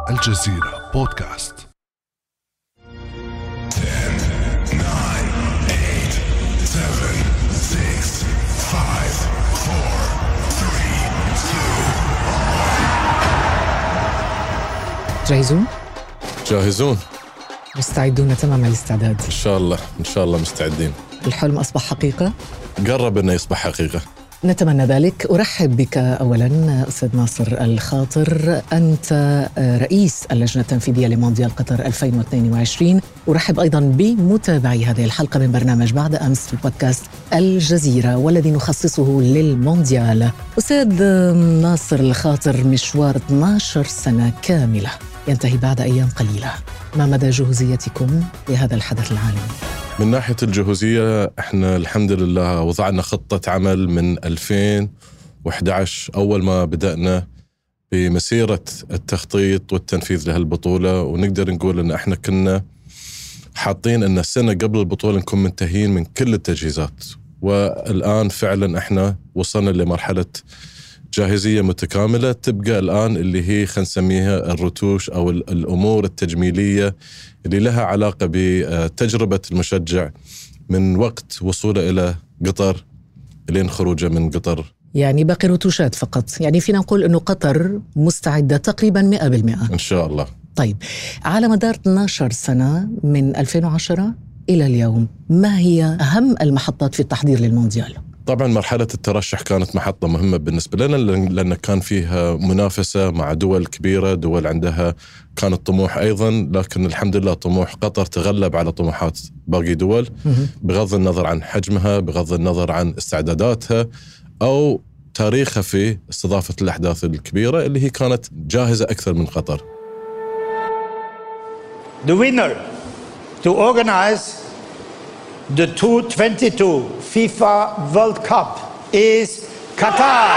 الجزيرة بودكاست. 10, 9, 8, 7, 6, 5, 4, 3, 2. جاهزون؟ مستعدون تمام الاستعداد. إن شاء الله مستعدين. الحلم أصبح حقيقة؟ قرب أنه يصبح حقيقة. نتمنى ذلك. أرحب بك أولاً أستاذ ناصر الخاطر، أنت رئيس اللجنة التنفيذية لمونديال قطر 2022. أرحب أيضاً بمتابعي هذه الحلقة من برنامج بعد أمس في بودكاست الجزيرة والذي نخصصه للمونديال. أستاذ ناصر الخاطر، مشوار 12 سنة كاملة ينتهي بعد أيام قليلة، ما مدى جهوزيتكم لهذا الحدث العالمي؟ من ناحية الجهوزية احنا الحمد لله وضعنا خطة عمل من 2011 أول ما بدأنا بمسيرة التخطيط والتنفيذ لهالبطولة، ونقدر نقول ان احنا كنا حاطين ان السنة قبل البطولة نكون منتهين من كل التجهيزات، والآن فعلا احنا وصلنا لمرحلة جاهزية متكاملة. تبقى الآن اللي هي خلينا نسميها الرتوش أو الأمور التجميلية اللي لها علاقة بتجربة المشجع من وقت وصوله إلى قطر لين خروجه من قطر. يعني باقي رتوشات فقط، يعني فينا نقول أنه قطر مستعدة تقريبا 100%. إن شاء الله. طيب، على مدار 12 سنة من 2010 إلى اليوم، ما هي أهم المحطات في التحضير للمونديال؟ طبعا مرحلة الترشح كانت محطة مهمة بالنسبة لنا، لأن كان فيها منافسة مع دول كبيرة، دول عندها كان الطموح أيضا، لكن الحمد لله طموح قطر تغلب على طموحات باقي دول بغض النظر عن حجمها، بغض النظر عن استعداداتها أو تاريخها في استضافة الأحداث الكبيرة اللي هي كانت جاهزة أكثر من قطر. The winner to organize the 2022 FIFA World Cup is Qatar.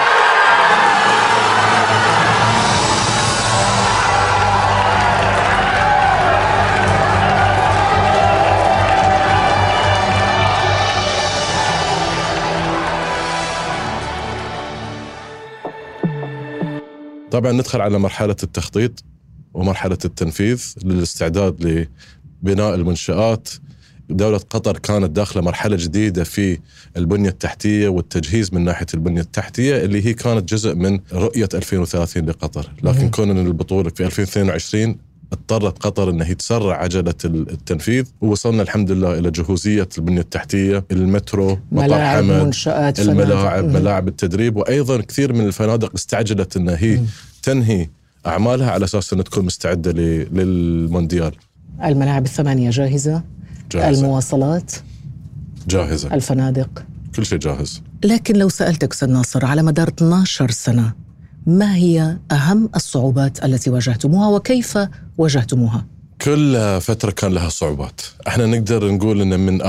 طبعا ندخل على مرحلة التخطيط ومرحلة التنفيذ للاستعداد لبناء المنشآت. دولة قطر كانت داخلة مرحلة جديدة في البنية التحتية والتجهيز من ناحية البنية التحتية اللي هي كانت جزء من رؤية 2030 لقطر، لكن كون أن البطولة في 2022 اضطرت قطر أنها تسرع عجلة التنفيذ، ووصلنا الحمد لله إلى جهوزية البنية التحتية، المترو، مطار حمد، الملاعب، ملاعب التدريب، وأيضا كثير من الفنادق استعجلت أنها هي تنهي أعمالها على أساس أنها تكون مستعدة للمونديال. الملاعب 8 جاهزة. المواصلات جاهزة، الفنادق، كل شيء جاهز. لكن لو سألتك أستاذ ناصر، على مدار 12 سنة ما هي أهم الصعوبات التي واجهتموها وكيف واجهتموها؟ كل فترة كان لها صعوبات. احنا نقدر نقول ان من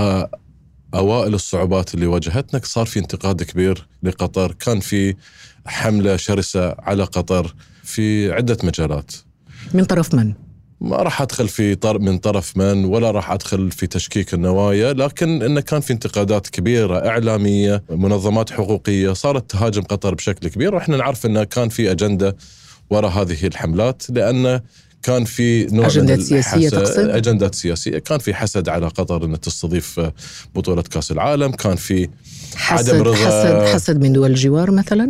أوائل الصعوبات اللي واجهتنا صار في انتقاد كبير لقطر، كان في حملة شرسة على قطر في عدة مجالات. من طرف من؟ ما راح أدخل من طرف من، ولا راح أدخل في تشكيك النوايا، لكن إنه كان في انتقادات كبيرة إعلامية، منظمات حقوقية صارت تهاجم قطر بشكل كبير، وإحنا نعرف إنه كان في أجندة وراء هذه الحملات، لأن كان في نوع أجندات سياسية. تقصد؟ أجندات سياسية. كان في حسد على قطر أن تستضيف بطولة كأس العالم، كان في عدم رضا، حسد من دول الجوار مثلا.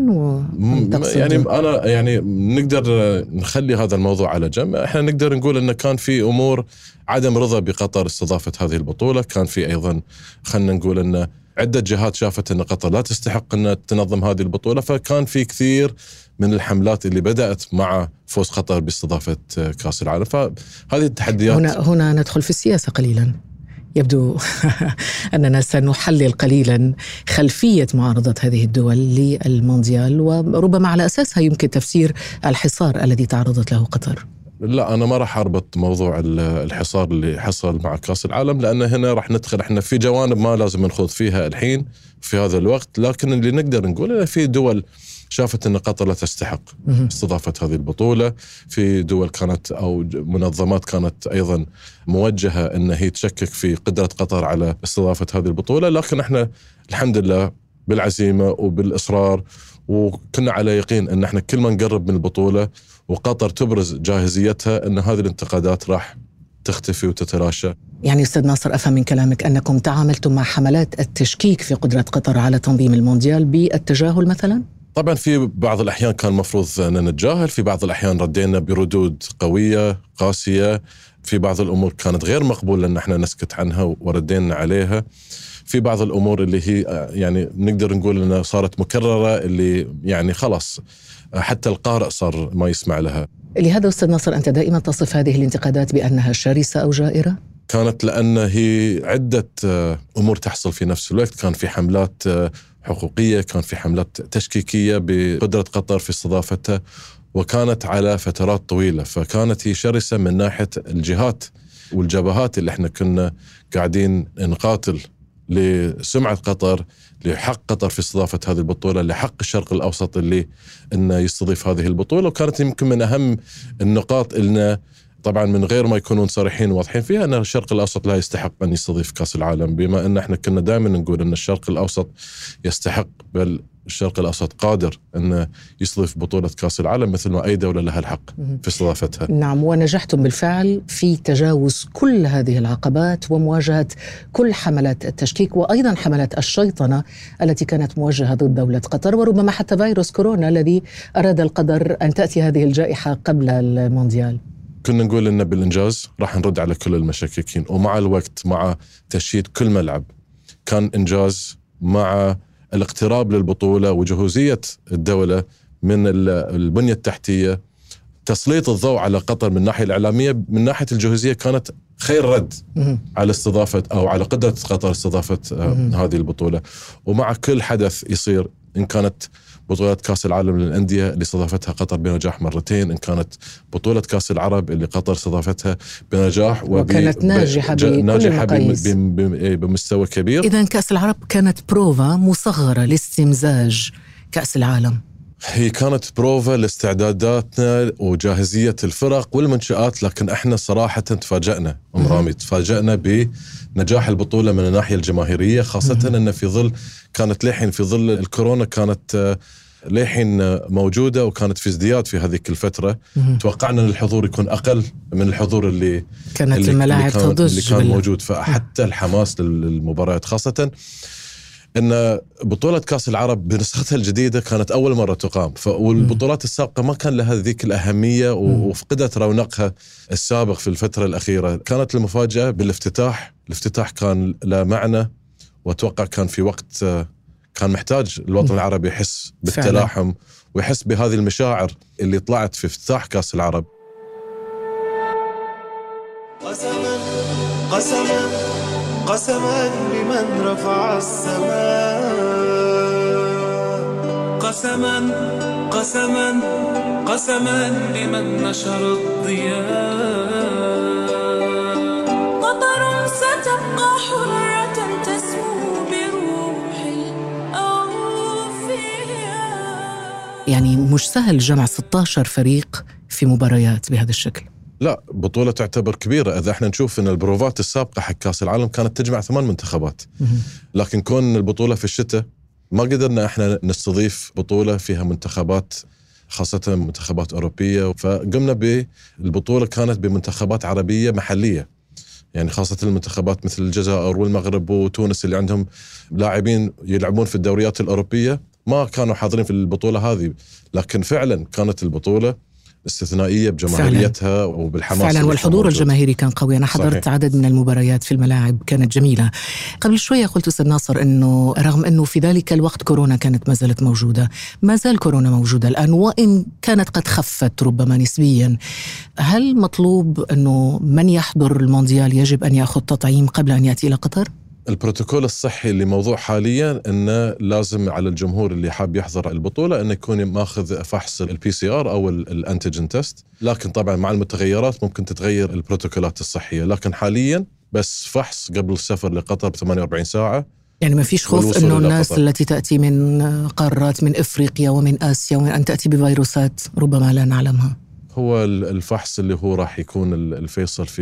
يعني أنا يعني نقدر نخلي هذا الموضوع على جنب. إحنا نقدر نقول أن كان في أمور عدم رضا بقطر استضافة هذه البطولة. كان في أيضا خلنا نقول أن عدة جهات شافت أن قطر لا تستحق أن تنظم هذه البطولة، فكان في كثير من الحملات اللي بدأت مع فوز قطر باستضافة كأس العالم. فهذه التحديات. هنا ندخل في السياسة قليلا. يبدو أننا سنحلل قليلا خلفية معارضة هذه الدول للمونديال، وربما على أساسها يمكن تفسير الحصار الذي تعرضت له قطر. لا، أنا ما راح أربط موضوع الحصار اللي حصل مع كأس العالم، لأن هنا راح ندخل إحنا في جوانب ما لازم نخوض فيها الحين في هذا الوقت. لكن اللي نقدر نقول إن في دول شافت أن قطر لا تستحق استضافة هذه البطولة، في دول كانت أو منظمات كانت أيضا موجهة أن هي تشكك في قدرة قطر على استضافة هذه البطولة. لكن إحنا الحمد لله بالعزيمة وبالإصرار وكنا على يقين أن احنا كل ما نقرب من البطولة وقطر تبرز جاهزيتها أن هذه الانتقادات راح تختفي وتتلاشى. يعني أستاذ ناصر، أفهم من كلامك أنكم تعاملتم مع حملات التشكيك في قدرة قطر على تنظيم المونديال بالتجاهل مثلا؟ طبعا في بعض الأحيان كان مفروض أن نتجاهل، في بعض الأحيان ردينا بردود قوية قاسية، في بعض الأمور كانت غير مقبولة أن احنا نسكت عنها وردينا عليها، في بعض الأمور اللي هي يعني نقدر نقول أنها صارت مكررة، اللي يعني خلاص حتى القارئ صار ما يسمع لها. لهذا أستاذ ناصر أنت دائما تصف هذه الانتقادات بأنها شرسة أو جائرة؟ كانت لأن هي عدة أمور تحصل في نفس الوقت. كان في حملات حقوقية، كان في حملات تشكيكية بقدرة قطر في استضافتها، وكانت على فترات طويلة، فكانت هي شرسة من ناحية الجهات والجبهات اللي احنا كنا قاعدين نقاتل لسمعة قطر، لحق قطر في استضافة هذه البطولة، لحق الشرق الأوسط اللي إنه يستضيف هذه البطولة. وكانت يمكن من أهم النقاط إلنا، طبعا من غير ما يكونون صريحين واضحين فيها، أن الشرق الأوسط لا يستحق أن يستضيف كأس العالم، بما أن احنا كنا دائما نقول أن الشرق الأوسط يستحق، بل الشرق الأوسط قادر أن يستضيف بطولة كأس العالم مثل ما أي دولة لها الحق في استضافتها. نعم، ونجحتم بالفعل في تجاوز كل هذه العقبات ومواجهة كل حملات التشكيك وأيضا حملات الشيطنة التي كانت موجهة ضد دولة قطر، وربما حتى فيروس كورونا الذي أراد القدر أن تأتي هذه الجائحة قبل المونديال. كنا نقول إن بالإنجاز راح نرد على كل المشككين، ومع الوقت مع تشييد كل ملعب كان إنجاز، مع الاقتراب للبطولة وجهوزية الدولة من البنية التحتية، تسليط الضوء على قطر من الناحية الإعلامية، من ناحية الجهوزية كانت خير رد على استضافة أو على قدرة قطر استضافة هذه البطولة. ومع كل حدث يصير، إن كانت بطولة كأس العالم للأندية اللي استضافتها قطر بنجاح مرتين، إن كانت بطولة كأس العرب اللي قطر استضافتها بنجاح وكانت ناجحة بمستوى كبير. إذن كأس العرب كانت بروفا مصغرة لاستمزاج كأس العالم. هي كانت بروفا لاستعداداتنا وجاهزية الفرق والمنشآت، لكن احنا صراحة تفاجأنا رامي، تفاجأنا بنجاح البطولة من الناحية الجماهيرية، خاصة أن في ظل كانت لحين في ظل الكورونا كانت لحين موجودة، وكانت في ازدياد في هذه الفترة. توقعنا أن الحضور يكون أقل من الحضور اللي كانت الملاعب اللي كان موجود، فحتى الحماس للمباريات، خاصة أن بطولة كأس العرب بنسختها الجديدة كانت أول مرة تقام، والبطولات السابقة ما كان لها ذيك الأهمية وفقدت رونقها السابق في الفترة الأخيرة. كانت المفاجأة بالافتتاح، الافتتاح كان له معنى، وأتوقع كان في وقت كان محتاج الوطن العربي يحس بالتلاحم ويحس بهذه المشاعر اللي طلعت في افتتاح كأس العرب. قسما لمن رفع السماء، قسما لمن نشر الضياء. قطر ستبقى حرة تسمو بروح الأوفياء. يعني مش سهل جمع 16 فريق في مباريات بهذا الشكل. لا، بطولة تعتبر كبيرة. إذا احنا نشوف أن البروفات السابقة حق كأس العالم كانت تجمع 8 منتخبات، لكن كون البطولة في الشتاء ما قدرنا احنا نستضيف بطولة فيها منتخبات، خاصة منتخبات أوروبية، فقمنا بالبطولة كانت بمنتخبات عربية محلية، يعني خاصة المنتخبات مثل الجزائر والمغرب وتونس اللي عندهم لاعبين يلعبون في الدوريات الأوروبية ما كانوا حاضرين في البطولة هذه. لكن فعلا كانت البطولة استثنائية بجماهيريتها وبالحماس فعلا، والحضور الجماهيري كان قوي. أنا حضرت صحيح. عدد من المباريات في الملاعب كانت جميلة. قبل شوية قلت أستاذ ناصر أنه رغم أنه في ذلك الوقت كورونا كانت ما زالت موجودة، ما زال كورونا موجودة الآن، وإن كانت قد خفت ربما نسبيا. هل مطلوب أنه من يحضر المونديال يجب أن يأخذ تطعيم قبل أن يأتي إلى قطر؟ البروتوكول الصحي اللي موضوع حاليا أنه لازم على الجمهور اللي حاب يحضر البطولة أنه يكون ماخذ فحص الPCR أو الأنتيجين تيست، لكن طبعا مع المتغيرات ممكن تتغير البروتوكولات الصحية، لكن حاليا بس فحص قبل السفر لقطر ب48 ساعة. يعني ما فيش خوف أنه الناس التي تأتي من قارات من إفريقيا ومن آسيا وأن تأتي بفيروسات ربما لا نعلمها؟ هو الفحص اللي هو راح يكون الفيصل في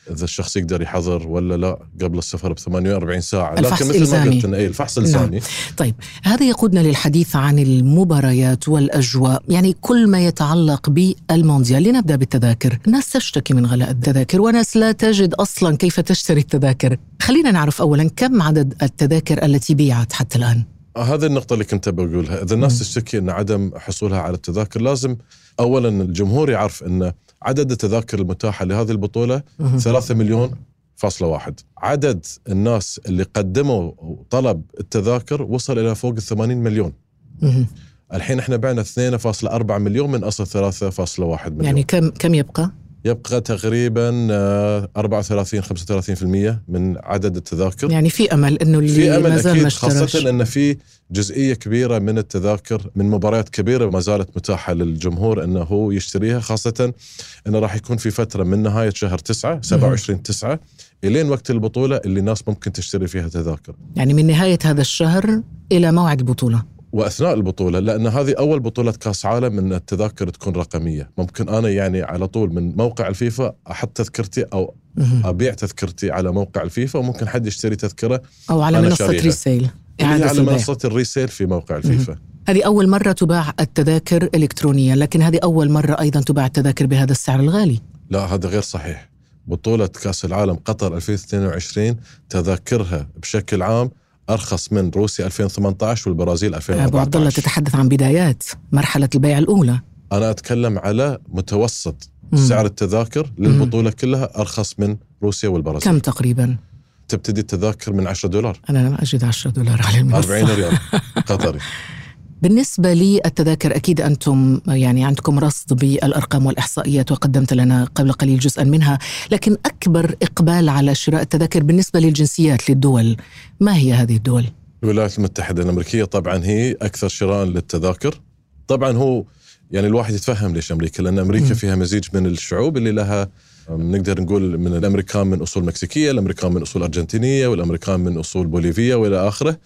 إذا الشخص يقدر يحضر ولا لا قبل السفر ب48 ساعة. الفحص لكن مثل إلزامي. ما قلت الفحص إلزامي. نعم. طيب هذا يقودنا للحديث عن المباريات والأجواء، يعني كل ما يتعلق بالمونديال. لنبدأ بالتذاكر. الناس تشتكي من غلاء التذاكر وناس لا تجد أصلا كيف تشتري التذاكر. خلينا نعرف أولا كم عدد التذاكر التي بيعت حتى الآن؟ هذه النقطة اللي كنت بقولها. إذا الناس تشتكي أن عدم حصولها على التذاكر، لازم أولا الجمهور يعرف أن عدد التذاكر المتاحة لهذه البطولة 3 مليون فاصلة واحد. عدد الناس اللي قدموا طلب التذاكر وصل إلى فوق 80 مليون. الحين احنا بعنا 2.4 مليون من أصل 3.1 مليون. يعني كم يبقى؟ يبقى تقريبا 34-35% من عدد التذاكر. يعني في أمل إنه اللي في أمل ما زال أكيد، ما اشتراش. خاصة أن في جزئية كبيرة من التذاكر من مباريات كبيرة ما زالت متاحة للجمهور أنه هو يشتريها، خاصة أنه راح يكون في فترة من نهاية شهر 9 27/9 إلين وقت البطولة اللي الناس ممكن تشتري فيها تذاكر. يعني من نهاية هذا الشهر إلى موعد البطولة وأثناء البطولة، لأن هذه أول بطولة كاس عالم من التذاكر تكون رقمية. ممكن أنا يعني على طول من موقع الفيفا أحط تذكرتي أو أبيع تذكرتي على موقع الفيفا، وممكن حد يشتري تذكرة أو على منصة ريسيل، على منصة الريسيل في موقع الفيفا. هذه أول مرة تباع التذاكر إلكترونيا، لكن هذه أول مرة أيضا تباع التذاكر بهذا السعر الغالي. لا، هذا غير صحيح. بطولة كاس العالم قطر 2022 تذاكرها بشكل عام أرخص من روسيا 2018 والبرازيل 2014. أبو عبد الله، تتحدث عن بدايات مرحلة البيع الأولى. أنا أتكلم على متوسط سعر التذاكر للبطولة كلها أرخص من روسيا والبرازيل. كم تقريبا؟ تبتدي التذاكر من $10. أنا لم أجد $10 على المنصة. 40 ريال قطري. بالنسبة للتذاكر أكيد أنتم يعني عندكم رصد بالأرقام والإحصائيات وقدمت لنا قبل قليل جزءا منها، لكن أكبر إقبال على شراء التذاكر بالنسبة للجنسيات للدول، ما هي هذه الدول؟ الولايات المتحدة الأمريكية طبعا هي أكثر شراء للتذاكر. طبعا هو يعني الواحد يتفهم ليش أمريكا، لأن أمريكا فيها مزيج من الشعوب اللي لها نقدر نقول من الأمريكان من أصول مكسيكية، الأمريكان من أصول أرجنتينية، والأمريكان من أصول بوليفية وإلى آخره.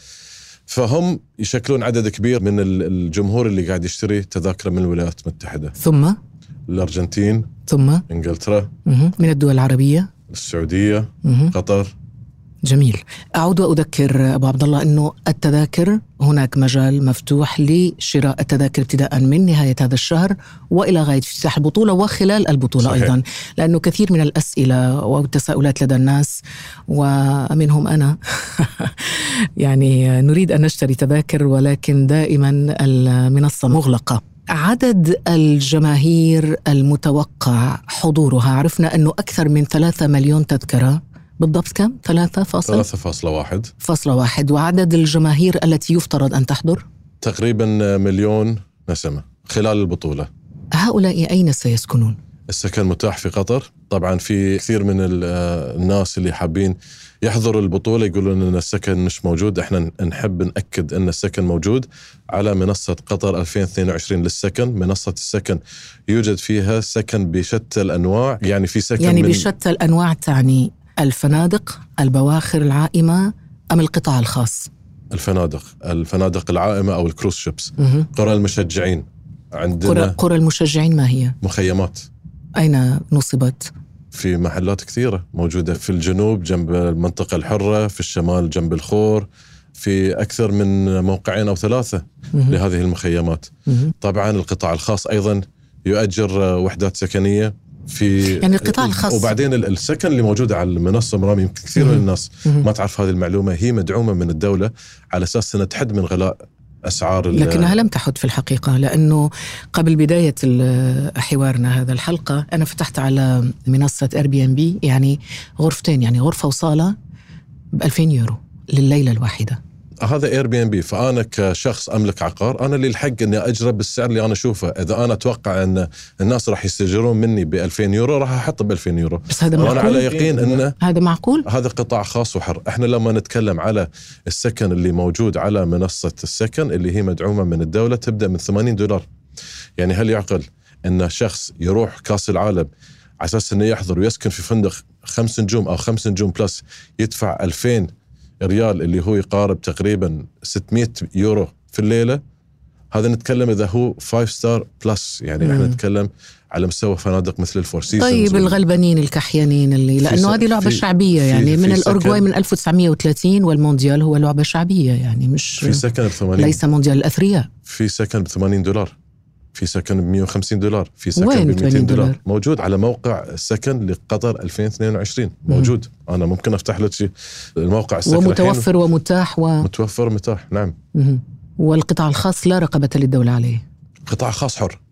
فهم يشكلون عدد كبير من الجمهور اللي قاعد يشتري تذاكر من الولايات المتحدة، ثم الأرجنتين، ثم إنجلترا، من الدول العربية السعودية، قطر. جميل. أعود وأذكر أبو عبد الله أنه التذاكر هناك مجال مفتوح لشراء التذاكر ابتداء من نهاية هذا الشهر وإلى غاية افتتاح البطولة وخلال البطولة. صحيح. أيضا لأنه كثير من الأسئلة والتساؤلات لدى الناس ومنهم أنا يعني نريد أن نشتري تذاكر ولكن دائما المنصة مغلقة. عدد الجماهير المتوقع حضورها، عرفنا أنه أكثر من 3 مليون تذكرة. بالضبط كم؟ 3.1. وعدد الجماهير التي يفترض أن تحضر؟ تقريبا 1 مليون نسمة خلال البطولة. هؤلاء أين سيسكنون؟ السكن متاح في قطر. طبعا في كثير من الناس اللي حابين يحضروا البطولة يقولون أن السكن مش موجود. احنا نحب نأكد أن السكن موجود على منصة قطر 2022 للسكن. منصة السكن يوجد فيها سكن بشتى الأنواع، يعني في سكن يعني بشتى الأنواع تعني الفنادق، البواخر العائمة أم القطاع الخاص؟ الفنادق العائمة أو الكروز شيبس. قرى المشجعين عندنا. قرى المشجعين ما هي؟ مخيمات. أين نصبت؟ في محلات كثيرة موجودة في الجنوب جنب المنطقة الحرة، في الشمال جنب الخور، في أكثر من موقعين أو 3 لهذه المخيمات. طبعا القطاع الخاص أيضا يؤجر وحدات سكنية في يعني القطاع الخاص. وبعدين السكن اللي موجودة على المنصة مرامي يمكن كثير من الناس ما تعرف هذه المعلومة، هي مدعومة من الدولة على أساس أنها تحد من غلاء أسعار. لكنها لم تحد في الحقيقة، لأنه قبل بداية حوارنا هذا الحلقة أنا فتحت على منصة Airbnb يعني غرفتين، يعني غرفة وصالة ب2000 لليلة الواحدة. هذا Airbnb. فأنا كشخص أملك عقار أنا لي الحق أني أجرب بالسعر اللي أنا أشوفه. إذا أنا أتوقع أن الناس راح يستجرون مني ب2000 راح أحط ب2000. بس هذا معقول؟ وأنا على يقين أن هذا معقول. هذا قطاع خاص وحر. إحنا لما نتكلم على السكن اللي موجود على منصة السكن اللي هي مدعومة من الدولة تبدأ من $80. يعني هل يعقل أن شخص يروح كاس العالم على أساس أنه يحضر ويسكن في فندق 5 نجوم أو 5 نجوم بلس يدفع 2000 ريال اللي هو يقارب تقريبا €600 في الليلة، هذا نتكلم إذا هو 5 ستار بلس، يعني احنا نتكلم على مستوى فنادق مثل الفور سيزونز. طيب الغلبانين الكحيانين اللي لأنه هذه لعبة شعبية يعني من الأورجواي من 1930 والمونديال هو لعبة شعبية يعني مش في سكن ب80 ليس مونديال الأثرياء. في سكن $80، في سكن $150، في سكن $200 موجود على موقع السكن لقطر 2022 موجود. أنا ممكن أفتح لك شيء الموقع السكن ومتوفر ومتاح متوفر متاح نعم. والقطاع الخاص لا رقابة للدولة عليه، قطاع خاص حر.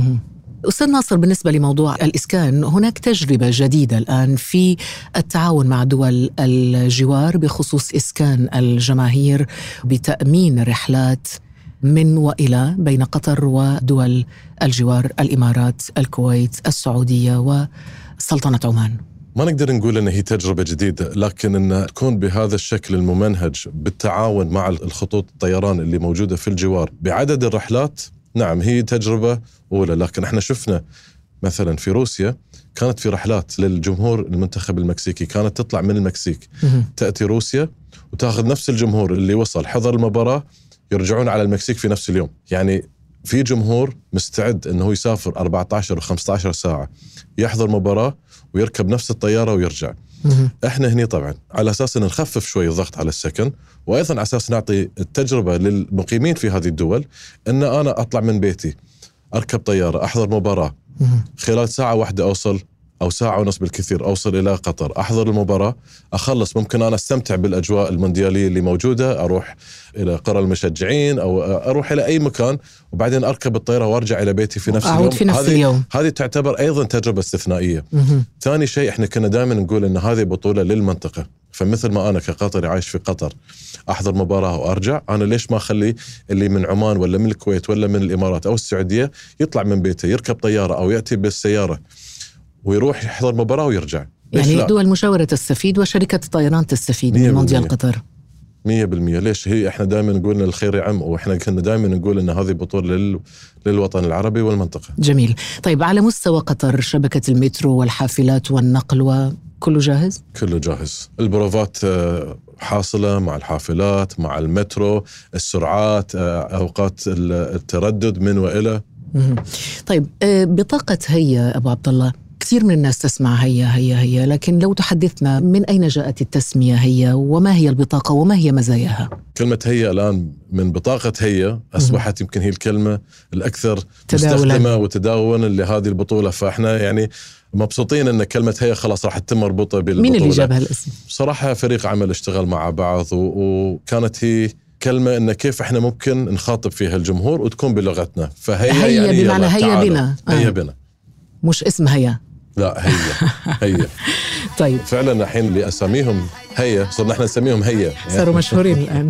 أستاذ ناصر، بالنسبة لموضوع الإسكان هناك تجربة جديدة الآن في التعاون مع دول الجوار بخصوص إسكان الجماهير بتأمين رحلات من وإلى بين قطر ودول الجوار الإمارات، الكويت، السعودية وسلطنة عمان. ما نقدر نقول أن هي تجربة جديدة، لكن أن تكون بهذا الشكل الممنهج بالتعاون مع الخطوط الطيران اللي موجودة في الجوار بعدد الرحلات، نعم هي تجربة أولى. لكن احنا شفنا مثلا في روسيا كانت في رحلات للجمهور المنتخب المكسيكي كانت تطلع من المكسيك تأتي روسيا وتأخذ نفس الجمهور اللي وصل حضر المباراة يرجعون على المكسيك في نفس اليوم. يعني في جمهور مستعد أنه يسافر 14 و15 ساعة يحضر مباراة ويركب نفس الطيارة ويرجع. احنا هني طبعا على أساس أن نخفف شوي الضغط على السكن، وأيضا على أساس نعطي التجربة للمقيمين في هذه الدول أن أنا أطلع من بيتي أركب طيارة أحضر مباراة خلال ساعة واحدة أوصل أو ساعة ونص بالكثير أوصل إلى قطر، أحضر المباراة أخلص، ممكن أنا أستمتع بالأجواء المونديالية اللي موجودة، أروح إلى قرى المشجعين أو أروح إلى أي مكان وبعدين أركب الطيارة وأرجع إلى بيتي في نفس اليوم. في نفس اليوم. هذه تعتبر أيضا تجربة استثنائية. ثاني شيء إحنا كنا دائما نقول أن هذه بطولة للمنطقة، فمثل ما أنا كقطري عايش في قطر أحضر مباراة وأرجع، أنا ليش ما أخلي اللي من عمان ولا من الكويت ولا من الإمارات أو السعودية يطلع من بيته يركب طيارة أو يأتي بالسيارة ويروح يحضر مباراة ويرجع؟ يعني الدول المشاورة تستفيد وشركة الطيران تستفيد من مونديال قطر 100%. ليش؟ هي احنا دائما نقول ان الخير يعم، واحنا كنا دائما نقول ان هذه بطولة للوطن العربي والمنطقة. جميل. طيب على مستوى قطر شبكة المترو والحافلات والنقل وكله جاهز؟ كله جاهز. البروفات حاصلة مع الحافلات مع المترو، السرعات، أوقات التردد من وإلى. طيب بطاقة هيا أبو عبد الله، كثير من الناس تسمع هيا، لكن لو تحدثنا من أين جاءت التسمية هيا وما هي البطاقة وما هي مزاياها؟ كلمة هيا الآن من بطاقة هيا أصبحت يمكن هي الكلمة الأكثر مستخدمة وتداولا لهذه البطولة، فإحنا يعني مبسوطين أن كلمة هيا خلاص راح تتم مربوطة بالبطولة. مين اللي جاب هالاسم؟ صراحة فريق عمل اشتغل مع بعض وكانت هي كلمة إن كيف إحنا ممكن نخاطب فيها الجمهور وتكون بلغتنا. فهيا يعني بمعنى هيا بنا. هيا بنا، مش اسم هيا. لا هيا. طيب فعلا الحين اللي أساميهم هيا صرنا احنا نسميهم هيا، صاروا مشهورين الآن.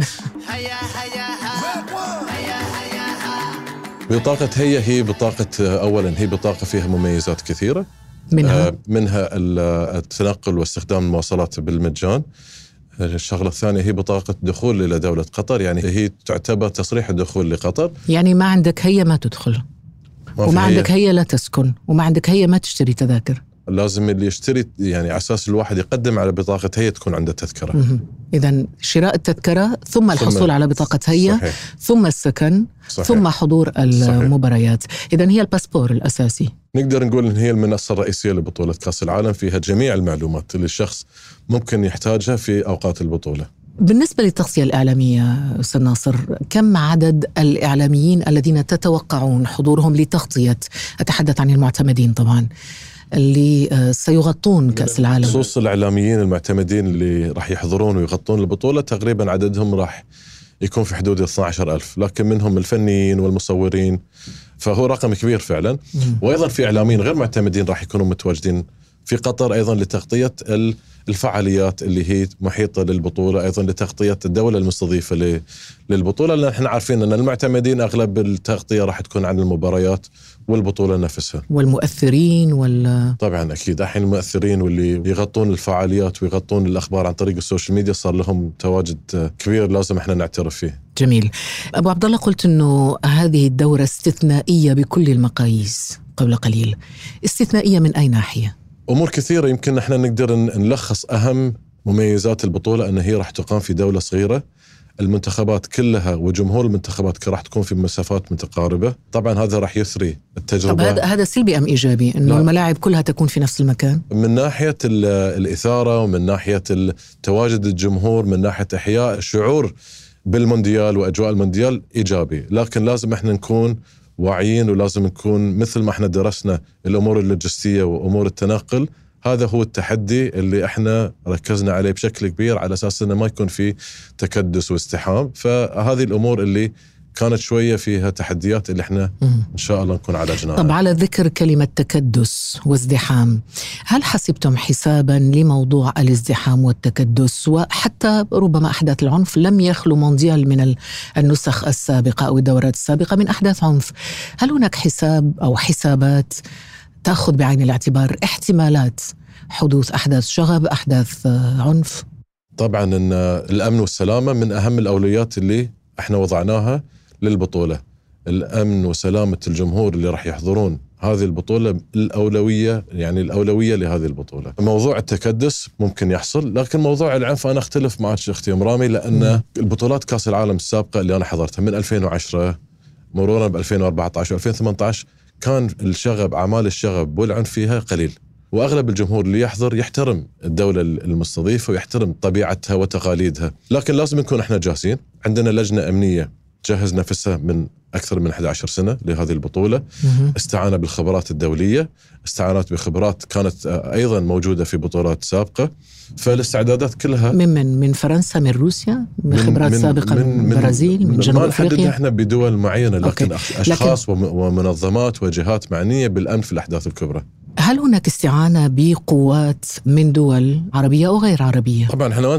بطاقة هي بطاقة أولا هي بطاقة فيها مميزات كثيرة، منها التنقل واستخدام المواصلات بالمجان. الشغلة الثانية هي بطاقة دخول إلى دولة قطر، يعني هي تعتبر تصريح الدخول لقطر. يعني ما عندك هيا ما تدخل، وما عندك هيا لا تسكن، وما عندك هيا ما تشتري تذاكر. لازم اللي يشتري يعني على أساس الواحد يقدم على بطاقة هيا تكون عنده تذكرة. إذن شراء التذكرة ثم الحصول على بطاقة هيا، صحيح. ثم السكن، صحيح. ثم حضور المباريات. إذن هي الباسبور الأساسي. نقدر نقول إن هي المنصة الرئيسية لبطولة كأس العالم، فيها جميع المعلومات اللي الشخص ممكن يحتاجها في أوقات البطولة. بالنسبة للتغطية الإعلامية أستاذ ناصر، كم عدد الإعلاميين الذين تتوقعون حضورهم لتغطية، أتحدث عن المعتمدين طبعا، اللي سيغطون كأس العالم؟ خصوص الإعلاميين المعتمدين اللي راح يحضرون ويغطون البطولة تقريبا عددهم راح يكون في حدود 12,000، لكن منهم الفنيين والمصورين، فهو رقم كبير فعلا. وأيضا في إعلاميين غير معتمدين راح يكونوا متواجدين في قطر أيضا لتغطية الفعاليات اللي هي محيطة للبطولة، أيضا لتغطية الدولة المستضيفة للبطولة، لأن احنا عارفين أن المعتمدين أغلب التغطية راح تكون عن المباريات والبطولة نفسها. والمؤثرين طبعا أكيد الحين المؤثرين واللي يغطون الفعاليات ويغطون الأخبار عن طريق السوشيال ميديا صار لهم تواجد كبير لازم احنا نعترف فيه. جميل. أبو عبد الله، قلت أنه هذه الدورة استثنائية بكل المقاييس قبل قليل. استثنائية من أي ناحية؟ أمور كثيرة يمكن احنا نقدر نلخص أهم مميزات البطولة أن هي راح تقام في دولة صغيرة المنتخبات كلها وجمهور المنتخبات راح تكون في مسافات متقاربة. طبعا هذا راح يثري التجربة. طب هذا سلبي أم إيجابي إنه الملاعب كلها تكون في نفس المكان؟ من ناحية الإثارة ومن ناحية تواجد الجمهور، من ناحية إحياء الشعور بالمونديال وأجواء المونديال إيجابي، لكن لازم إحنا نكون واعيين، ولازم نكون مثل ما إحنا درسنا الأمور اللوجستية وأمور التنقل. هذا هو التحدي اللي إحنا ركزنا عليه بشكل كبير على أساس إنه ما يكون فيه تكدس وازدحام. فهذه الأمور اللي كانت شوية فيها تحديات اللي إحنا إن شاء الله نكون على جناحها. طب على ذكر كلمة تكدس وازدحام، هل حسبتم حسابا لموضوع الازدحام والتكدس؟ وحتى ربما أحداث العنف لم يخلو مونديال من النسخ السابقة أو الدورات السابقة من أحداث عنف. هل هناك حساب أو حسابات تأخذ بعين الاعتبار احتمالات حدوث أحداث شغب، أحداث عنف؟ طبعا إن الأمن والسلامة من أهم الأولويات اللي إحنا وضعناها للبطولة. الأمن وسلامة الجمهور اللي راح يحضرون هذه البطولة الأولوية، يعني الأولوية لهذه البطولة. موضوع التكدس ممكن يحصل، لكن موضوع العنف أنا أختلف معك أختي أمرامي، لأن البطولات كأس العالم السابقة اللي أنا حضرتها من 2010 مرورا ب 2014 و 2018 كان الشغب، أعمال الشغب والعنف فيها قليل، وأغلب الجمهور اللي يحضر يحترم الدولة المستضيفة ويحترم طبيعتها وتقاليدها. لكن لازم نكون إحنا جاهزين. عندنا لجنة أمنية جهز نفسها من أكثر من 11 سنة لهذه البطولة، استعانة بالخبرات الدولية، استعانت بخبرات كانت أيضا موجودة في بطولات سابقة. فالاستعدادات كلها من فرنسا، من روسيا، من خبرات سابقة، من البرازيل، من جنوب أفريقيا. ما نحدد احنا بدول معينة، لكن أشخاص ومنظمات وجهات معنية بالأمن في الأحداث الكبرى. هل هناك استعانة بقوات من دول عربية أو غير عربية؟ طبعا احنا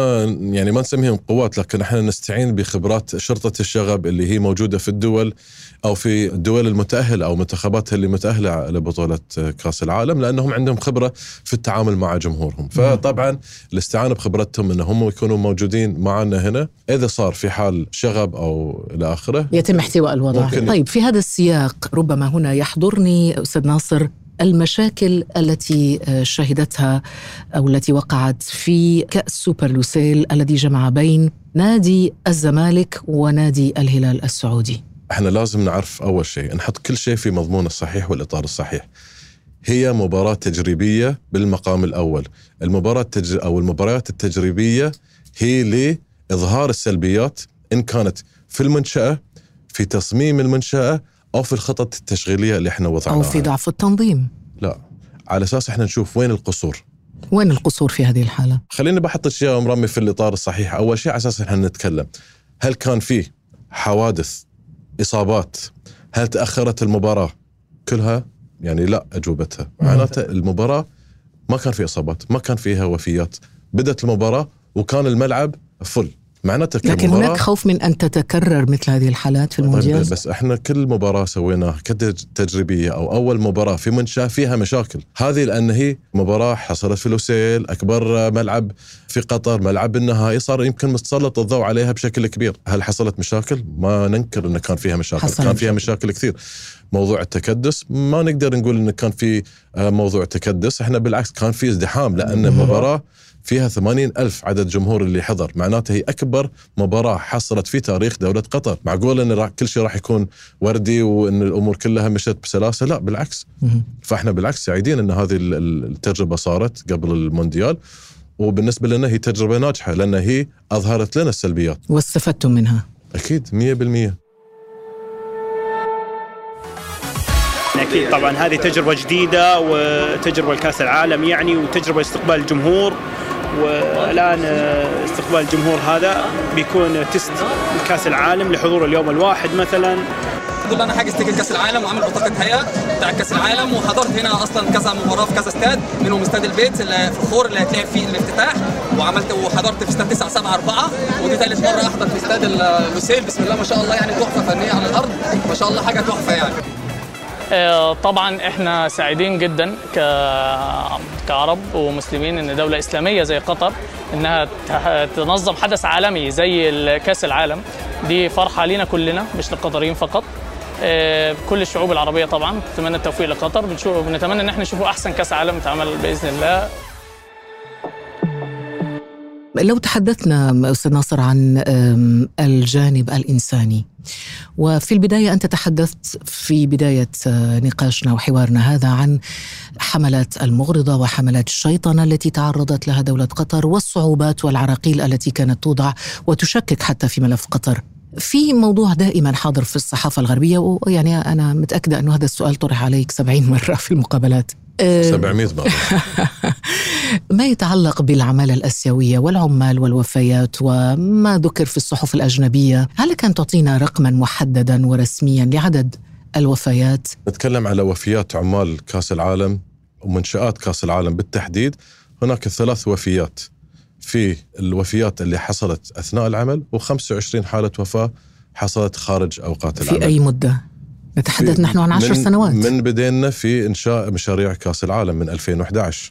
ما نسميهم قوات، لكن احنا نستعين بخبرات شرطة الشغب اللي هي موجودة في الدول أو في الدول المتأهلة أو منتخباتها اللي متأهلة لبطولة كأس العالم، لأنهم عندهم خبرة في التعامل مع جمهورهم. فطبعا الاستعانة بخبرتهم أنهم يكونوا موجودين معنا هنا إذا صار في حال شغب أو إلى آخره يتم احتواء الوضع. طيب في هذا السياق ربما هنا يحضرني أستاذ ناصر المشاكل التي شهدتها أو التي وقعت في كأس سوبر لوسيل الذي جمع بين نادي الزمالك ونادي الهلال السعودي. احنا لازم نعرف أول شيء نحط كل شيء في مضمون الصحيح والإطار الصحيح. هي مباراة تجريبية بالمقام الأول. المباريات التجريبية هي لإظهار السلبيات إن كانت في المنشأة، في تصميم المنشأة، أو في الخطط التشغيلية اللي احنا وضعناها، أو في ضعف التنظيم. لا، على أساس احنا نشوف وين القصور. وين القصور في هذه الحالة؟ خليني بحط الشيء أمرامي في الإطار الصحيح. أول شيء على أساس احنا نتكلم، هل كان فيه حوادث، إصابات؟ هل تأخرت المباراة؟ كلها يعني لا أجوبتها. معناته المباراة ما كان فيه إصابات، ما كان فيها وفيات، بدأت المباراة وكان الملعب فل. معناته لكن هناك خوف من أن تتكرر مثل هذه الحالات في المونديال. طيب بس احنا كل مباراة سويناها كتجريبية أو أول مباراة في منشأة فيها مشاكل. هذه لأن هي مباراة حصلت في لوسيل، أكبر ملعب في قطر، ملعب النهائي، صار يمكن متسلط الضوء عليها بشكل كبير. هل حصلت مشاكل؟ ما ننكر أن كان فيها مشاكل، كان فيها مشاكل كثير. موضوع التكدس ما نقدر نقول أن كان في موضوع تكدس، احنا بالعكس كان في ازدحام، لأن المباراة فيها 80,000 عدد جمهور اللي حضر. معناته هي أكبر مباراة حصلت في تاريخ دولة قطر. معقول أن كل شيء راح يكون وردي وأن الأمور كلها مشت بسلاسة؟ لا بالعكس. فإحنا بالعكس سعيدين أن هذه التجربة صارت قبل المونديال، وبالنسبة لنا هي تجربة ناجحة لأن هي أظهرت لنا السلبيات واستفدتم منها. أكيد 100%. أكيد طبعا هذه تجربة جديدة وتجربة لكأس العالم يعني، وتجربة استقبال الجمهور. والآن استقبال الجمهور هذا بيكون تست لكأس العالم لحضور اليوم الواحد مثلا. دول أنا حاجز تيكت كأس العالم وعامل بطاقة هيئة بتاع كأس العالم، وحضرت هنا أصلا كذا مباراة في كذا استاد، منهم استاد البيت اللي في الخور اللي هتلعب فيه الافتتاح، وحضرت في استاد 9-7-4، ودي ثالث مرة أحضر في استاد لوسيل. بسم الله ما شاء الله يعني تحفة فنية على الأرض، ما شاء الله حاجة تحفة يعني. طبعا احنا سعيدين جدا كعرب ومسلمين ان دولة اسلامية زي قطر انها تنظم حدث عالمي زي كأس العالم. دي فرحة لينا كلنا مش للقطريين فقط، كل الشعوب العربية طبعا. نتمنى التوفيق لقطر، بنتمنى ان احنا نشوفوا احسن كأس عالم تعمل بإذن الله. لو تحدثنا أستاذ ناصر عن الجانب الإنساني، وفي البداية أنت تحدثت في بداية نقاشنا وحوارنا هذا عن حملات المغرضة وحملات الشيطنة التي تعرضت لها دولة قطر والصعوبات والعراقيل التي كانت توضع وتشكك حتى في ملف قطر. في موضوع دائما حاضر في الصحافة الغربية، ويعني أنا متأكدة أنه هذا السؤال طرح عليك 70 مرة في المقابلات، 700 مرة. ما يتعلق بالعمالة الآسيوية والعمال والوفيات وما ذكر في الصحف الأجنبية. هل كان تعطينا رقما محددا ورسميا لعدد الوفيات؟ نتكلم على وفيات عمال كأس العالم ومنشآت كأس العالم بالتحديد. هناك 3 وفيات في الوفيات اللي حصلت أثناء العمل، و25 حالة وفاة حصلت خارج أوقات العمل. في أي مدة؟ نتحدث نحن عن 10 سنوات من بدينا في إنشاء مشاريع كأس العالم من 2011.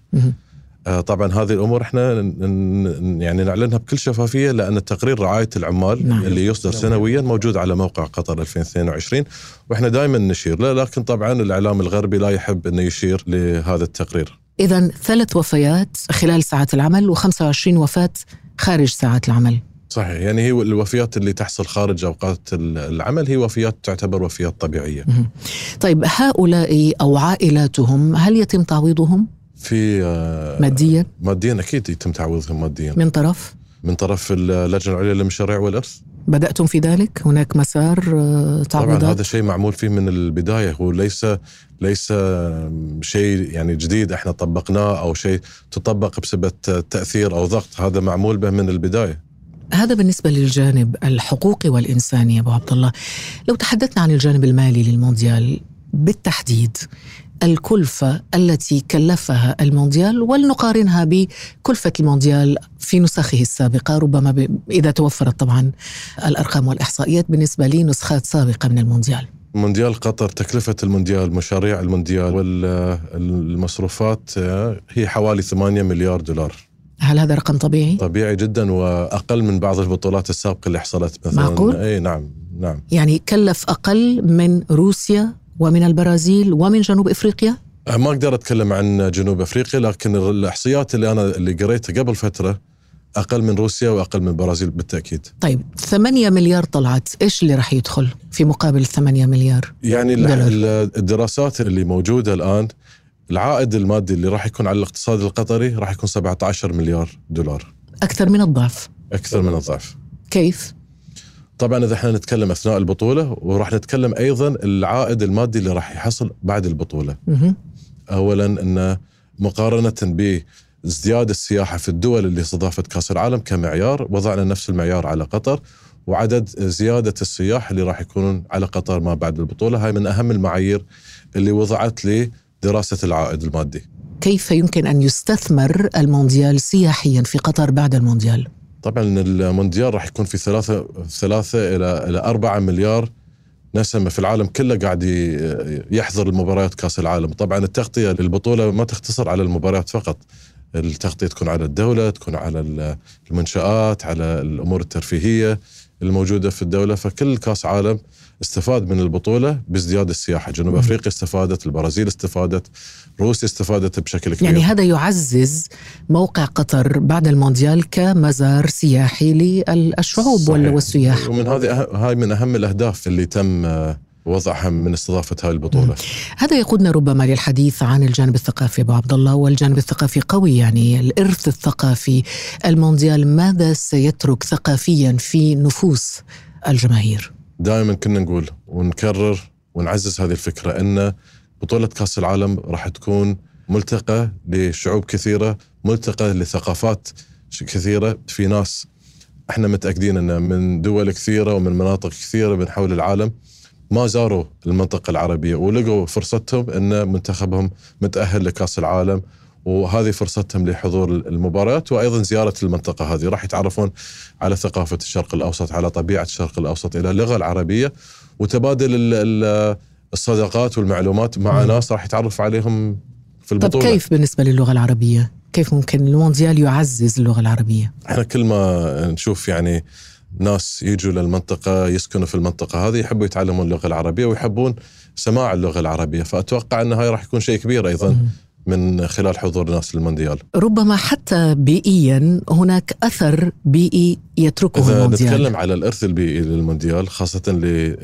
طبعا هذه الأمور احنا يعني نعلنها بكل شفافية، لأن تقرير رعاية العمال اللي يصدر سنويا موجود على موقع قطر 2022، واحنا دائما نشير له، لكن طبعا الإعلام الغربي لا يحب أنه يشير لهذا التقرير. إذن 3 وفيات خلال ساعات العمل و25 وفاة خارج ساعات العمل. صحيح، يعني هي الوفيات اللي تحصل خارج أوقات العمل هي وفيات تعتبر وفيات طبيعية. طيب هؤلاء أو عائلاتهم هل يتم تعويضهم؟ في ماديا أكيد يتم تعويضهم ماديا. من طرف اللجنة العليا للمشاريع والإرث. بدأتم في ذلك؟ هناك مسار تعويضات؟ طبعا هذا شيء معمول فيه من البداية، هو ليس شيء يعني جديد احنا طبقناه أو شيء تطبق بسبب تأثير أو ضغط، هذا معمول به من البداية. هذا بالنسبة للجانب الحقوقي والإنساني. أبو عبد الله، لو تحدثنا عن الجانب المالي للمونديال بالتحديد، الكلفة التي كلفها المونديال ولنقارنها بكلفة المونديال في نسخه السابقة، ربما إذا توفرت طبعا الأرقام والإحصائيات بالنسبة لنسخات سابقة من المونديال. مونديال قطر، تكلفة المونديال، مشاريع المونديال والمصروفات هي حوالي 8 مليار دولار. هل هذا رقم طبيعي؟ طبيعي جدا، وأقل من بعض البطولات السابقة اللي حصلت مثلا. معقول؟ أي نعم. يعني كلف أقل من روسيا ومن البرازيل ومن جنوب إفريقيا؟ ما أقدر أتكلم عن جنوب أفريقيا، لكن الإحصائيات اللي قريتها قبل فترة أقل من روسيا وأقل من البرازيل بالتأكيد. طيب 8 مليار طلعت، إيش اللي راح يدخل في مقابل 8 مليار؟ يعني الدراسات اللي موجودة الآن، العائد المادي اللي راح يكون على الاقتصاد القطري راح يكون 17 مليار دولار. أكثر من الضعف. كيف؟ طبعا إذا احنا نتكلم أثناء البطولة، وراح نتكلم أيضا العائد المادي اللي راح يحصل بعد البطولة. أولا أن مقارنة بازدياد السياحة في الدول اللي استضافت كأس العالم كمعيار، وضعنا نفس المعيار على قطر، وعدد زيادة السياح اللي راح يكونون على قطر ما بعد البطولة، هاي من أهم المعايير اللي وضعت لدراسة العائد المادي. كيف يمكن أن يستثمر المونديال سياحيا في قطر بعد المونديال؟ طبعا المونديال راح يكون في 3 إلى 4 مليار نسمة في العالم كله قاعد يحضر المباريات كأس العالم. طبعا التغطية للبطولة ما تختصر على المباريات فقط، التغطية تكون على الدولة، تكون على المنشآت، على الأمور الترفيهية الموجودة في الدولة. فكل كأس عالم استفاد من البطولة بازدياد السياحة. جنوب أفريقيا استفادت، البرازيل استفادت، روسيا استفادت بشكل كبير. يعني هذا يعزز موقع قطر بعد المونديال كمزار سياحي للشعوب والسياح. ومن هاي من أهم الأهداف اللي تم وضعها من استضافة هاي البطولة. هذا يقودنا ربما للحديث عن الجانب الثقافي أبو عبد الله، والجانب الثقافي قوي، يعني الإرث الثقافي. المونديال ماذا سيترك ثقافيا في نفوس الجماهير؟ دائما كنا نقول ونكرر ونعزز هذه الفكرة أن بطولة كأس العالم راح تكون ملتقى لشعوب كثيرة، ملتقى لثقافات كثيرة. في ناس احنا متأكدين أن من دول كثيرة ومن مناطق كثيرة من حول العالم ما زاروا المنطقة العربية ولقوا فرصتهم أن منتخبهم متأهل لكأس العالم، وهذه فرصتهم لحضور المباريات وأيضا زيارة المنطقة هذه. راح يتعرفون على ثقافة الشرق الأوسط، على طبيعة الشرق الأوسط، إلى اللغة العربية، وتبادل الصداقات والمعلومات مع ناس راح يتعرف عليهم في البطولة. طب كيف بالنسبة للغة العربية؟ كيف ممكن المونديال يعزز اللغة العربية؟ احنا كل ما نشوف يعني ناس يجوا للمنطقة، يسكنوا في المنطقة هذه، يحبوا يتعلمون اللغة العربية ويحبون سماع اللغة العربية، فأتوقع أن هاي راح يكون شيء كبير أيضا من خلال حضور الناس للمونديال. ربما حتى بيئيا هناك أثر بيئي يتركه إذا المونديال. نتكلم على الإرث البيئي للمونديال خاصة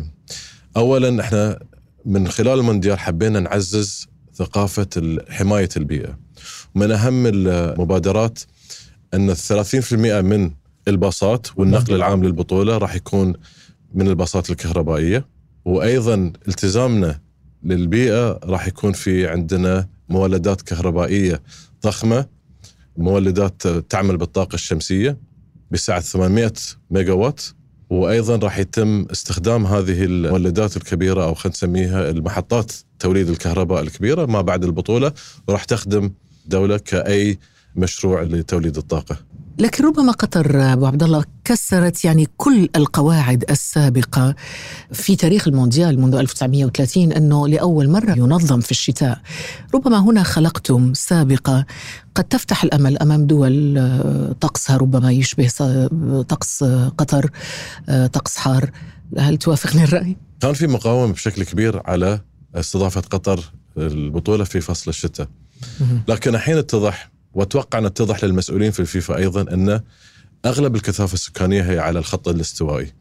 أولا إحنا من خلال المونديال حبينا نعزز ثقافة حماية البيئة. ومن أهم المبادرات أن 30% من الباصات والنقل العام للبطولة راح يكون من الباصات الكهربائية. وأيضا التزامنا للبيئة راح يكون في عندنا مولدات كهربائية ضخمة، مولدات تعمل بالطاقة الشمسية بسعة 800 ميجاوات. وأيضا راح يتم استخدام هذه المولدات الكبيرة أو خلينا نسميها المحطات توليد الكهرباء الكبيرة ما بعد البطولة، وراح تخدم دولة كأي مشروع لتوليد الطاقة. لكن ربما قطر أبو عبد الله كسرت يعني كل القواعد السابقة في تاريخ المونديال منذ 1930 أنه لأول مرة ينظم في الشتاء. ربما هنا خلقتم سابقة قد تفتح الأمل أمام دول طقسها ربما يشبه طقس قطر، طقس حار. هل توافقني الرأي؟ كان في مقاومة بشكل كبير على استضافة قطر البطولة في فصل الشتاء، لكن الحين اتضح، واتوقع ان اتضح للمسؤولين في الفيفا ايضا، ان اغلب الكثافه السكانيه هي على الخط الاستوائي.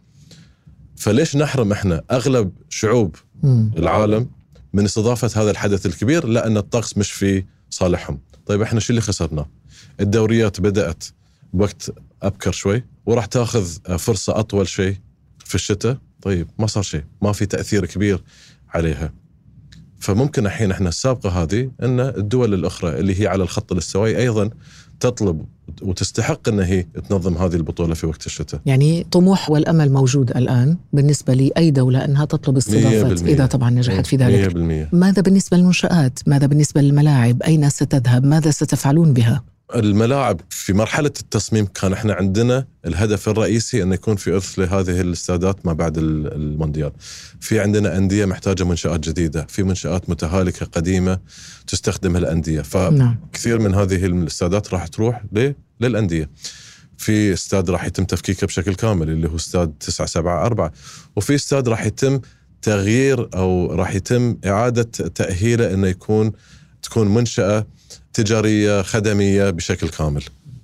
فليش نحرم احنا اغلب شعوب العالم من استضافه هذا الحدث الكبير؟ لان الطقس مش في صالحهم. طيب احنا شو اللي خسرناه؟ الدوريات بدات بوقت ابكر شوي، وراح تاخذ فرصه اطول شيء في الشتاء. طيب ما صار شيء، ما في تاثير كبير عليها. فممكن الحين احنا السابقة هذه ان الدول الأخرى اللي هي على الخط الاستوائي أيضا تطلب وتستحق ان هي تنظم هذه البطولة في وقت الشتاء. يعني طموح والأمل موجود الآن بالنسبة لأي دولة أنها تطلب استضافة إذا طبعا نجحت في ذلك. 100%. ماذا بالنسبة للمنشآت؟ ماذا بالنسبة للملاعب؟ أين ستذهب؟ ماذا ستفعلون بها؟ الملاعب في مرحلة التصميم كان احنا عندنا الهدف الرئيسي أن يكون في إرث لهذه الاستادات ما بعد المونديال. في عندنا أندية محتاجة منشآت جديدة، في منشآت متهالكة قديمة تستخدمها الأندية، فكثير من هذه الاستادات راح تروح للأندية. في استاد راح يتم تفكيكه بشكل كامل اللي هو استاد 974، وفي استاد راح يتم تغيير أو راح يتم إعادة تأهيله أنه تكون منشأة تجارية خدمية بشكل كامل.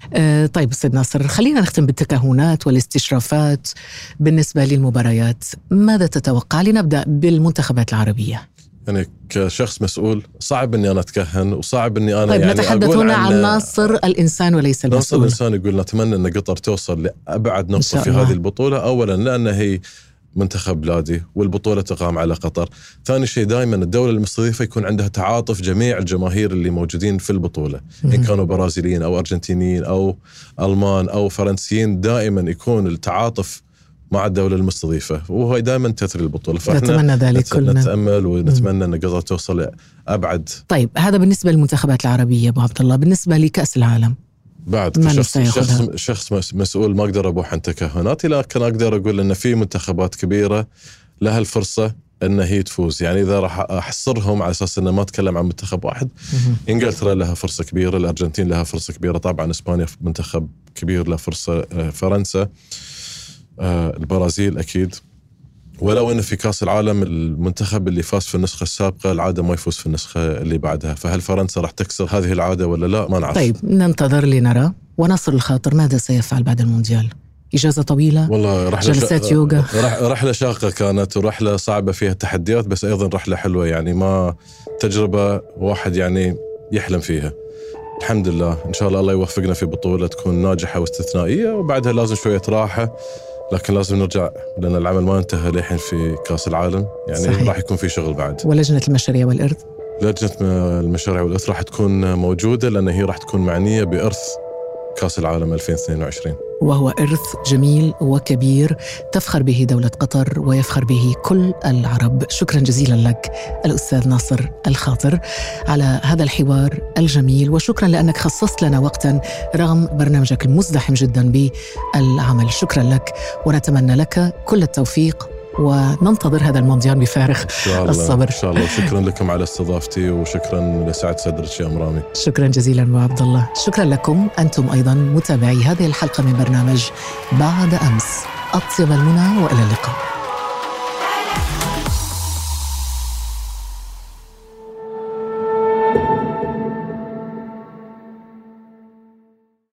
طيب أستاذ ناصر، خلينا نختم بالتكهنات والاستشرافات بالنسبة للمباريات. ماذا تتوقع؟ لنبدأ بالمنتخبات العربية. يعني كشخص مسؤول صعب أني أنا أتكهن، وصعب أني أنا طيب يعني نتحدث هنا عن ناصر الإنسان وليس المسؤول. ناصر الإنسان يقول نتمنى أن قطر توصل لأبعد نقطة في هذه البطولة. أولا لأن هي منتخب بلادي والبطولة تقام على قطر. ثاني شيء دائما الدولة المستضيفة يكون عندها تعاطف جميع الجماهير اللي موجودين في البطولة، إن كانوا برازيليين أو أرجنتينيين أو ألمان أو فرنسيين، دائما يكون التعاطف مع الدولة المستضيفة، وهو دائما تثري البطولة. نتمنى ذلك كلنا، نتأمل ونتمنى أن قطر توصل أبعد. طيب هذا بالنسبة للمنتخبات العربية. أبو عبد الله، بالنسبة لكأس العالم بعد شخص مسؤول ما أقدر أبوح عن تكهناتي، لكن أقدر أقول أن في منتخبات كبيرة لها الفرصة أن هي تفوز. يعني إذا راح أحصرهم على أساس أنه ما أتكلم عن منتخب واحد، إنجلترا لها فرصة كبيرة، الأرجنتين لها فرصة كبيرة، طبعا إسبانيا منتخب كبير له فرصة، فرنسا، البرازيل أكيد. ولو أن في كأس العالم المنتخب اللي فاز في النسخة السابقة العادة ما يفوز في النسخة اللي بعدها، فهل فرنسا راح تكسر هذه العادة ولا لا؟ ما نعرف. طيب ننتظر لنرى. وناصر الخاطر ماذا سيفعل بعد المونديال؟ إجازة طويلة؟ والله جلسات يوغا؟ رحلة شاقة كانت، ورحلة صعبة فيها تحديات، بس أيضا رحلة حلوة. يعني ما تجربة واحد يعني يحلم فيها. الحمد لله، إن شاء الله يوفقنا في بطولة تكون ناجحة واستثنائية، وبعدها لازم شوية راحة، لكن لازم نرجع لأن العمل ما انتهى لحين في كأس العالم. يعني صحيح. راح يكون في شغل بعد. ولجنة المشاريع والإرث؟ لجنة المشاريع والإرث راح تكون موجودة، لأن هي راح تكون معنية بإرث كأس العالم 2022، وهو إرث جميل وكبير تفخر به دولة قطر ويفخر به كل العرب. شكرا جزيلا لك الأستاذ ناصر الخاطر على هذا الحوار الجميل، وشكرا لأنك خصصت لنا وقتا رغم برنامجك المزدحم جدا بالعمل. شكرا لك، ونتمنى لك كل التوفيق، وننتظر هذا المونديال بفارغ الصبر. إن شاء الله. وشكرا لكم على استضافتي، وشكرا لسعد صدرك يا أمرامي. شكرا جزيلا أبو عبد الله. شكرا لكم أنتم أيضا متابعي هذه الحلقة من برنامج بعد أمس. أطيب المنى وإلى اللقاء.